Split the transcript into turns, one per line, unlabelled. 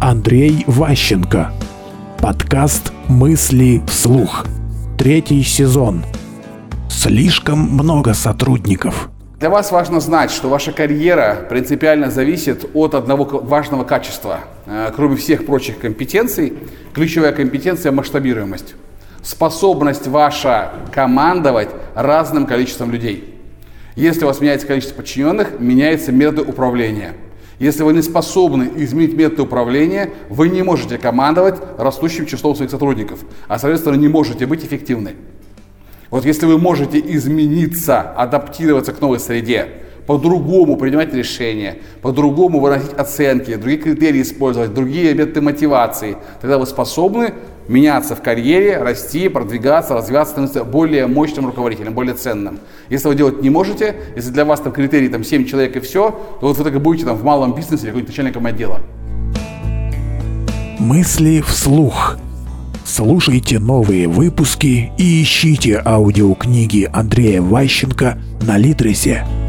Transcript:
Андрей Ващенко. Подкаст «Мысли вслух». 3 сезон. Слишком много сотрудников.
Для вас важно знать, что ваша карьера принципиально зависит от одного важного качества. Кроме всех прочих компетенций, ключевая компетенция – масштабируемость. Способность ваша командовать разным количеством людей. Если у вас меняется количество подчиненных, меняются методы управления. Если вы не способны изменить методы управления, вы не можете командовать растущим числом своих сотрудников, а, соответственно, не можете быть эффективны. Вот если вы можете измениться, адаптироваться к новой среде, по-другому принимать решения, по-другому выносить оценки, другие критерии использовать, другие методы мотивации, тогда вы способны меняться в карьере, расти, продвигаться, развиваться, становиться более мощным руководителем, более ценным. Если вы делать не можете, если для вас там критерий 7 человек и все, то вот вы так и будете в малом бизнесе или каким-нибудь начальником отдела.
Мысли вслух. Слушайте новые выпуски и ищите аудиокниги Андрея Ващенко на Литресе.